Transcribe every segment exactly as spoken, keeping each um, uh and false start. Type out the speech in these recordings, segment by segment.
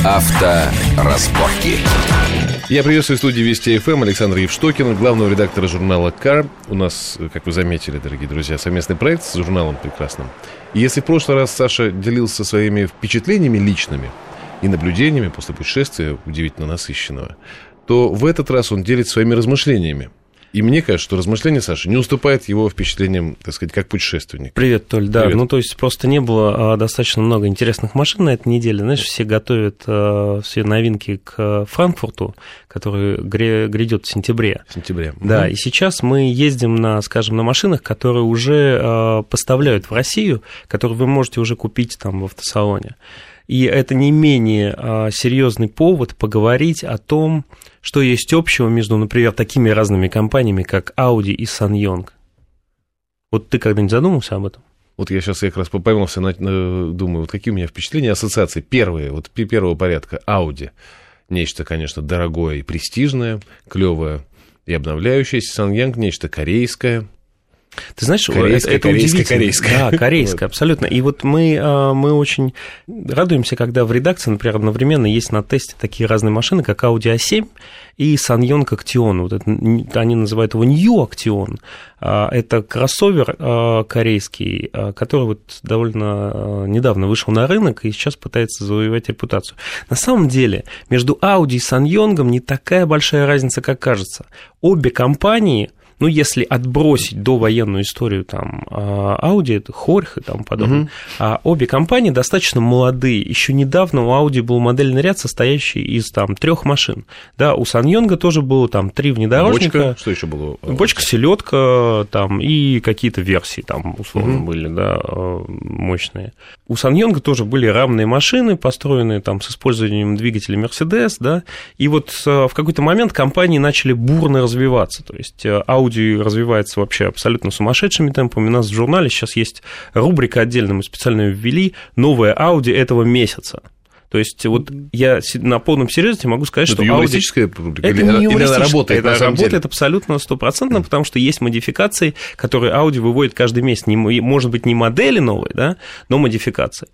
Авторазборки. Я приветствую в студии Вести эф эм Александра Евштокина, главного редактора журнала Car. У нас, как вы заметили, дорогие друзья, совместный проект с журналом прекрасным. И если в прошлый раз Саша делился своими впечатлениями личными и наблюдениями после путешествия удивительно насыщенного, то в этот раз он делится своими размышлениями. И мне кажется, что размышления Саши не уступает его впечатлениям, так сказать, как путешественник. Привет, Толь, да. Привет. Ну, то есть, просто не было а, достаточно много интересных машин на этой неделе. Знаешь, все готовят а, все новинки к Франкфурту, который гря- грядет в сентябре. В сентябре. Да, угу. И сейчас мы ездим на, скажем, на машинах, которые уже а, поставляют в Россию, которые вы можете уже купить там в автосалоне. И это не менее а, серьезный повод поговорить о том, что есть общего между, например, такими разными компаниями, как Audi и SsangYong. Вот ты когда-нибудь задумался об этом? Вот я сейчас как раз поймался, на, на, думаю, вот какие у меня впечатления, ассоциации. Первые, вот первого порядка, Audi. Нечто, конечно, дорогое и престижное, клевое и обновляющееся. SsangYong нечто корейское. Ты знаешь, корейское, это корейское, удивительно. корейское. Да, корейское, абсолютно. И вот мы, мы очень радуемся, когда в редакции, например, одновременно есть на тесте такие разные машины, как Audi а семь и SsangYong Action. Вот это, они называют его New Action. Это кроссовер корейский, который вот довольно недавно вышел на рынок и сейчас пытается завоевать репутацию. На самом деле, между Audi и SsangYong не такая большая разница, как кажется. Обе компании... Ну, если отбросить довоенную историю там Audi, это Хорх и тому подобное, uh-huh. а обе компании достаточно молодые. Еще недавно у Audi был модельный ряд, состоящий из там трех машин. Да, у SsangYong тоже было там три внедорожника. Бочка, что еще было? Бочка, селедка там и какие-то версии там условно uh-huh. были, да, мощные. У SsangYong тоже были рамные машины, построенные там с использованием двигателя Mercedes, да, и вот в какой-то момент компании начали бурно развиваться, то есть Audi Audi развивается вообще абсолютно сумасшедшими темпами. У нас в журнале сейчас есть рубрика отдельно, мы специально ее ввели, «Новая Audi этого месяца». То есть вот я на полном серьезе могу сказать, это что юмористическая Audi... публика? Это или не юмористическая, это работает, это на самом работает деле? Абсолютно стопроцентно, потому что есть модификации, которые Audi выводит каждый месяц. Не, может быть, не модели новые, да, но модификации.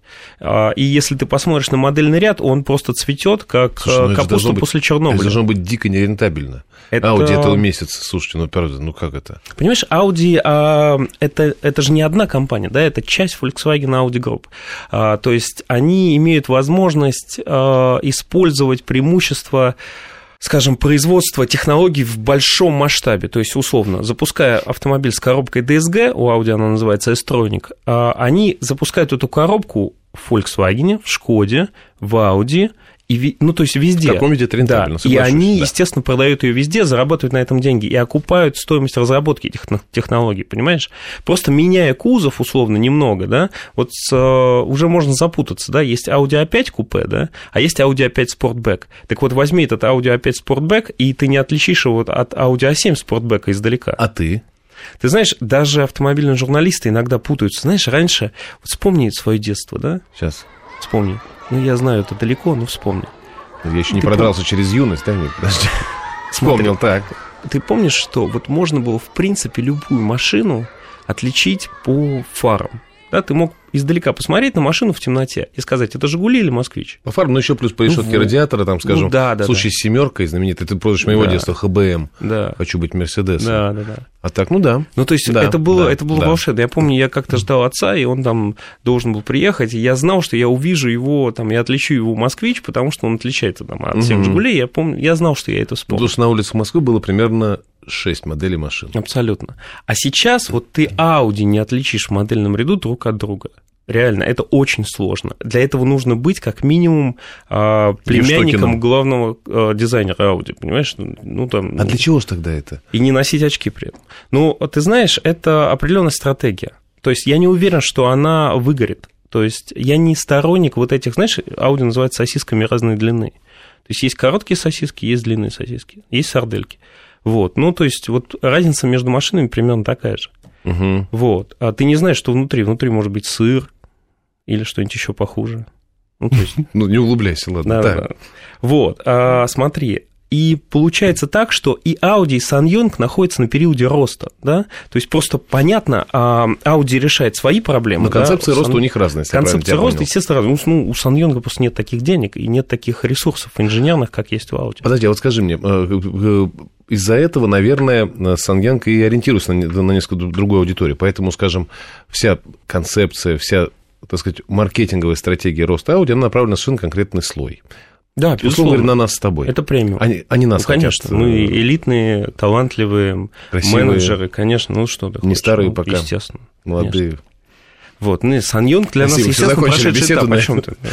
И если ты посмотришь на модельный ряд, он просто цветет, как Слушай, ну капуста после быть, Чернобыля. Это должно быть дико нерентабельно. Это... Audi этого месяца, слушайте, ну правда, ну как это? Понимаешь, Audi, а, это, это же не одна компания, да, это часть Volkswagen Audi Group. А, то есть они имеют возможность а, использовать преимущества, скажем, производства технологий в большом масштабе. То есть, условно, запуская автомобиль с коробкой ди эс джи, у Audi она называется S-Tronic, а, они запускают эту коробку в Volkswagen, в Шкоде, в Audi, и, ну, то есть везде. В каком виде это рентабельно, да. И они, да. естественно, продают ее везде, зарабатывают на этом деньги и окупают стоимость разработки этих технологий, понимаешь? Просто меняя кузов, условно, немного, да, вот с, уже можно запутаться, да, есть Audi а пять купе, да, а есть Audi а пять Sportback. Так вот, возьми этот Audi а пять Sportback, и ты не отличишь его от Audi а семь Sportback издалека. А ты? Ты знаешь, даже автомобильные журналисты иногда путаются. Знаешь, раньше, вот вспомни свое детство, да? Сейчас. Вспомни. Ну, я знаю, это далеко, но вспомни. Я еще не ты продрался пом... через юность, да? Подожди. Вспомнил, так. Ты помнишь, что вот можно было, в принципе, любую машину отличить по фарам? Да, ты мог издалека посмотреть на машину в темноте и сказать, это «Жигули» или «Москвич». По фарам, ну еще плюс по решетке ну, радиатора, там, скажем, ну, да, да, в случае да. с «семеркой» знаменитой, ты прозвище моего да. детства, ха бэ эм, да. «Хочу быть Мерседесом». Да, да, да. А так, ну да. Ну, то есть, да, это было, да, это было да. волшебно. Я помню, я как-то ждал отца, и он там должен был приехать, и я знал, что я увижу его, там, я отличу его «Москвич», потому что он отличается там, от всех угу. «Жигулей», я помню, я знал, что я это вспомнил. Потому что на улицах Москвы было примерно шесть моделей машин. Абсолютно. А сейчас вот ты Audi не отличишь в модельном ряду друг от друга. Реально, это очень сложно. Для этого нужно быть как минимум э, племянником главного э, дизайнера Audi, понимаешь? Ну, там, а для чего же тогда это? И не носить очки при этом. Ну, ты знаешь, это определенная стратегия. То есть я не уверен, что она выгорит. То есть я не сторонник вот этих, знаешь, Audi называют сосисками разной длины. То есть есть короткие сосиски, есть длинные сосиски, есть сардельки. Вот, ну, то есть вот разница между машинами примерно такая же. Угу. Вот, а ты не знаешь, что внутри. Внутри может быть сыр или что-нибудь еще похуже. Ну, то есть... ну не углубляйся, ладно. Да, да. Вот, а, смотри, И получается так, что и Audi, и SsangYong находятся на периоде роста, да, то есть просто понятно, Audi решает свои проблемы. Но концепция да, роста у них разная, если концепция роста, естественно, разная. Ну, у SsangYong просто нет таких денег и нет таких ресурсов инженерных, как есть у Audi. Подожди, а вот скажи мне, из-за этого, наверное, SsangYong и ориентируется на, на несколько другую аудиторию, поэтому, скажем, вся концепция, вся, так сказать, маркетинговая стратегия роста Audi, она направлена на совершенно конкретный слой. Да, безусловно. Говоря, на нас с тобой. Это премиум. Они, они нас ну, конечно, хотят... мы элитные, талантливые красивые, менеджеры, конечно, ну что ты не хочешь, старые ну, пока, естественно, молодые. Конечно. Вот, ну, SsangYong для Спасибо, нас, естественно, прошедший этап. На... О чём ты?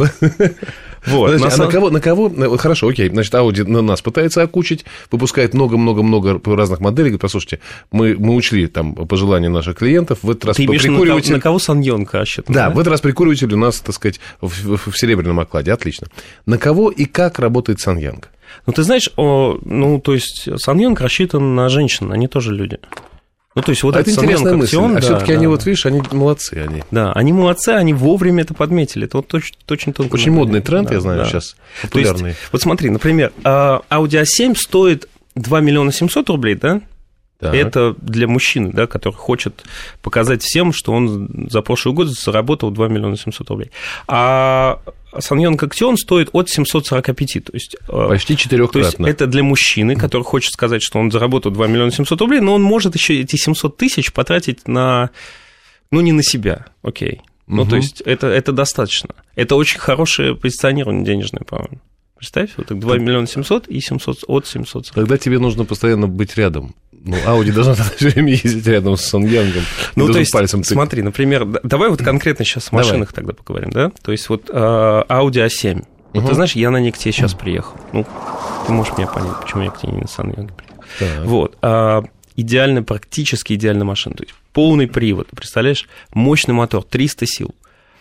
Вот, Подожди, на а сам... на кого, на кого, хорошо, окей, значит, Audi на нас пытается окучить, выпускает много-много-много разных моделей, говорит, послушайте, мы, мы учли там пожелания наших клиентов, в этот раз ты имеешь прикуриватель... на кого, на кого SsangYong рассчитан? Да, да, в этот раз прикуриватель у нас, так сказать, в, в, в серебряном окладе, отлично. На кого и как работает SsangYong? Ну, ты знаешь, о, ну, то есть SsangYong рассчитан на женщин, они тоже люди. Ну, то есть, вот а это интересная мысль. Актион, а да, все-таки да, они, да. вот видишь, они молодцы. Они. Да, они молодцы, они вовремя это подметили. Это вот очень, очень тонко. Очень модный тренд, да, я знаю, да. сейчас популярный. Есть, вот смотри, например, Audi эй семь стоит два миллиона семьсот рублей, да? Так. Это для мужчины, да, который хочет показать всем, что он за прошлый год заработал два миллиона семьсот рублей. А SsangYong Актион стоит от семьсот сорок пять, то есть... Почти четырехкратно. То есть это для мужчины, который хочет сказать, что он заработал два миллиона семьсот рублей, но он может еще эти семьсот тысяч потратить на... Ну, не на себя, окей. Ну, угу. То есть это, это достаточно. Это очень хорошее позиционирование денежное, по-моему. Представь, вот так два миллиона семьсот и семьсот от семьсот. Тогда тебе нужно постоянно быть рядом. Ну, Audi должна все время ездить рядом с SsangYong. Ну, то есть, пальцем смотри, например, давай вот конкретно сейчас о машинах давай. Тогда поговорим, да? То есть, вот Audi эй семь. Uh-huh. Вот ты знаешь, я на ней к тебе сейчас uh-huh. приехал. Ну, ты можешь меня понять, почему я к тебе не на SsangYong приехал. Uh-huh. Вот. А, идеально, практически идеальная машина. То есть, полный привод, представляешь? Мощный мотор, триста сил.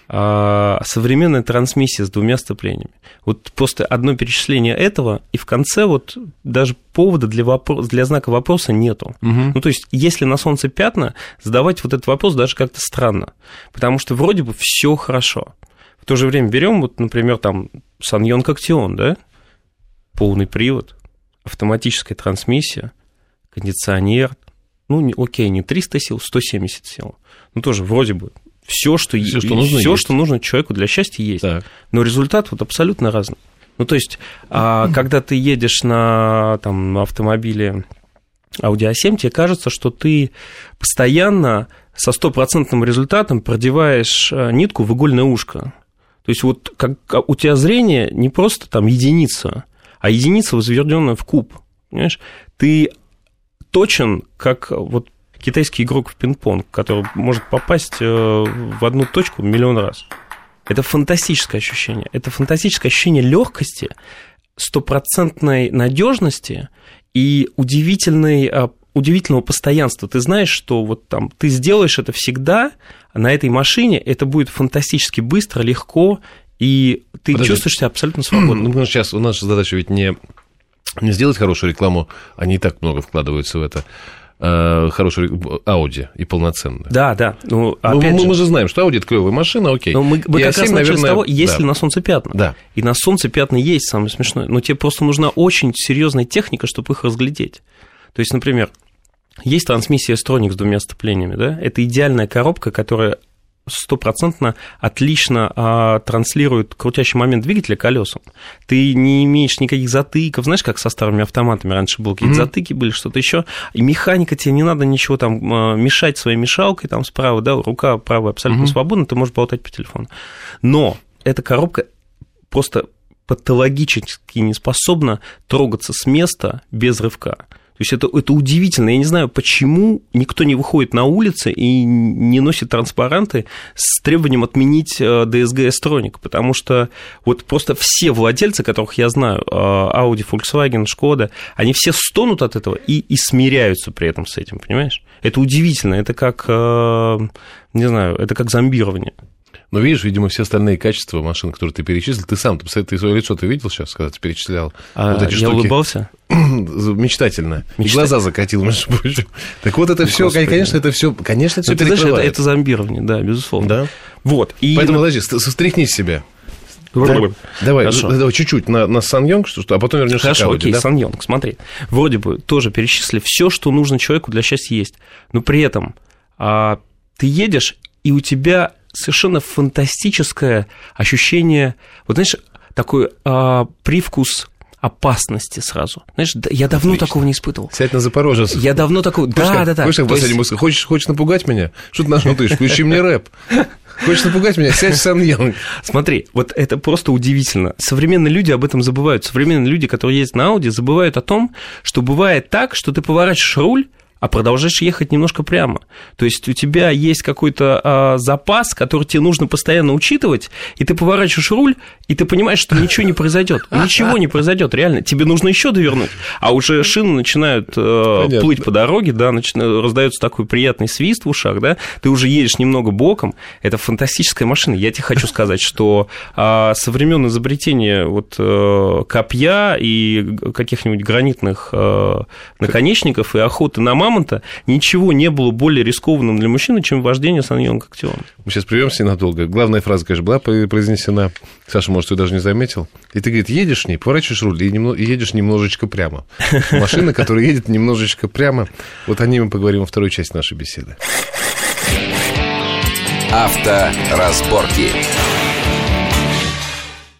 Современная трансмиссия с двумя сцеплениями. Вот просто одно перечисление этого, и в конце вот даже повода для, вопро- для знака вопроса нету. Угу. Ну, то есть, если на солнце пятна, задавать вот этот вопрос даже как-то странно, потому что вроде бы все хорошо. В то же время берем, вот, например, там SsangYong Актион, да, полный привод, автоматическая трансмиссия, кондиционер, ну, не, окей, не триста сил, сто семьдесят сил, ну, тоже вроде бы. Все, что, все, что, нужно, все что нужно человеку для счастья, есть. Так. Но результат вот абсолютно разный. Ну, то есть, а, когда ты едешь на там, автомобиле Audi эй семь, тебе кажется, что ты постоянно со стопроцентным результатом продеваешь нитку в игольное ушко. То есть, вот как, у тебя зрение не просто там единица, а единица, возведенная в куб. Понимаешь? Ты точен, как вот китайский игрок в пинг-понг, который может попасть в одну точку миллион раз. Это фантастическое ощущение. Это фантастическое ощущение легкости, стопроцентной надежности и удивительной, удивительного постоянства. Ты знаешь, что вот там ты сделаешь это всегда на этой машине, это будет фантастически быстро, легко, и ты Подожди. чувствуешь себя абсолютно свободно. Ну, сейчас у нас задача ведь не, не сделать хорошую рекламу, они и так много вкладываются в это. Хорошую Audi и полноценную. Да, да. Ну, опять мы, же... мы же знаем, что Audi – это клевая машина, окей. Но мы, мы как раз начали наверное... с того, есть да. ли на солнце пятна. Да. И на солнце пятна есть, самое смешное. Но тебе просто нужна очень серьезная техника, чтобы их разглядеть. То есть, например, есть трансмиссия S-Tronic с двумя сцеплениями, да? Это идеальная коробка, которая стопроцентно отлично а, транслирует крутящий момент двигателя колесам. Ты не имеешь никаких затыков. Знаешь, как со старыми автоматами раньше было, какие-то mm-hmm. затыки были, что-то еще. И механика, тебе не надо ничего там мешать своей мешалкой там справа, да, рука правая абсолютно mm-hmm. свободна, ты можешь болтать по телефону. Но эта коробка просто патологически не способна трогаться с места без рывка. То есть это, это удивительно. Я не знаю, почему никто не выходит на улицы и не носит транспаранты с требованием отменить ди эс джи S-Tronic, потому что вот просто все владельцы, которых я знаю, Audi, Volkswagen, Skoda, они все стонут от этого и, и смиряются при этом с этим, понимаешь? Это удивительно, это как, не знаю, это как зомбирование. Но видишь, видимо, все остальные качества машин, которые ты перечислил, ты сам, ты, ты свое лицо ты видел сейчас, когда ты перечислял а вот эти я штуки? улыбался? Мечтательно. Мечта... И глаза закатил, между прочим. Так вот это все, конечно, это все, конечно, это все перекрывает. Это, это зомбирование, да, безусловно. Да? Вот. И... Поэтому, подожди, стряхни с себя. Да? Давай, давай чуть-чуть на, на Сан-Йонг, что, а потом вернешься Хорошо, к Ауди. окей, да? Сан-Йонг, смотри. Вроде бы тоже перечислили все, что нужно человеку для счастья есть, но при этом а, ты едешь, и у тебя совершенно фантастическое ощущение, вот знаешь, такой а, привкус опасности сразу. Знаешь, я давно Отлично. такого не испытывал. Сядь на Запорожец. Я давно такого... Да, да, да. Хочешь, есть... хочешь, хочешь напугать меня? Что ты нашутаешь? Включи мне рэп. Хочешь напугать меня? Сядь в Сан-Йонг. Смотри, вот это просто удивительно. Современные люди об этом забывают. Современные люди, которые ездят на Ауди, забывают о том, что бывает так, что ты поворачиваешь руль, а продолжаешь ехать немножко прямо. То есть у тебя есть какой-то а, запас, который тебе нужно постоянно учитывать, и ты поворачиваешь руль, и ты понимаешь, что ничего не произойдет. Ничего не произойдет, реально. Тебе нужно еще довернуть, а уже шины начинают а, плыть по дороге, да, начинают, раздается такой приятный свист в ушах, да, ты уже едешь немного боком. Это фантастическая машина. Я тебе хочу сказать, что а, со времен изобретения вот, а, копья и каких-нибудь гранитных а, наконечников и охоты на мамонта ничего не было более рискованным для мужчины, чем вождение Сан-Йонг Актион. Мы сейчас прервемся ненадолго. Главная фраза, конечно, была произнесена. Саша, может, ты даже не заметил. И ты, говорит, едешь с ней, поворачиваешь руль и, немного, и едешь немножечко прямо. Машина, которая едет немножечко прямо. Вот о ней мы поговорим во второй части нашей беседы. Авторазборки.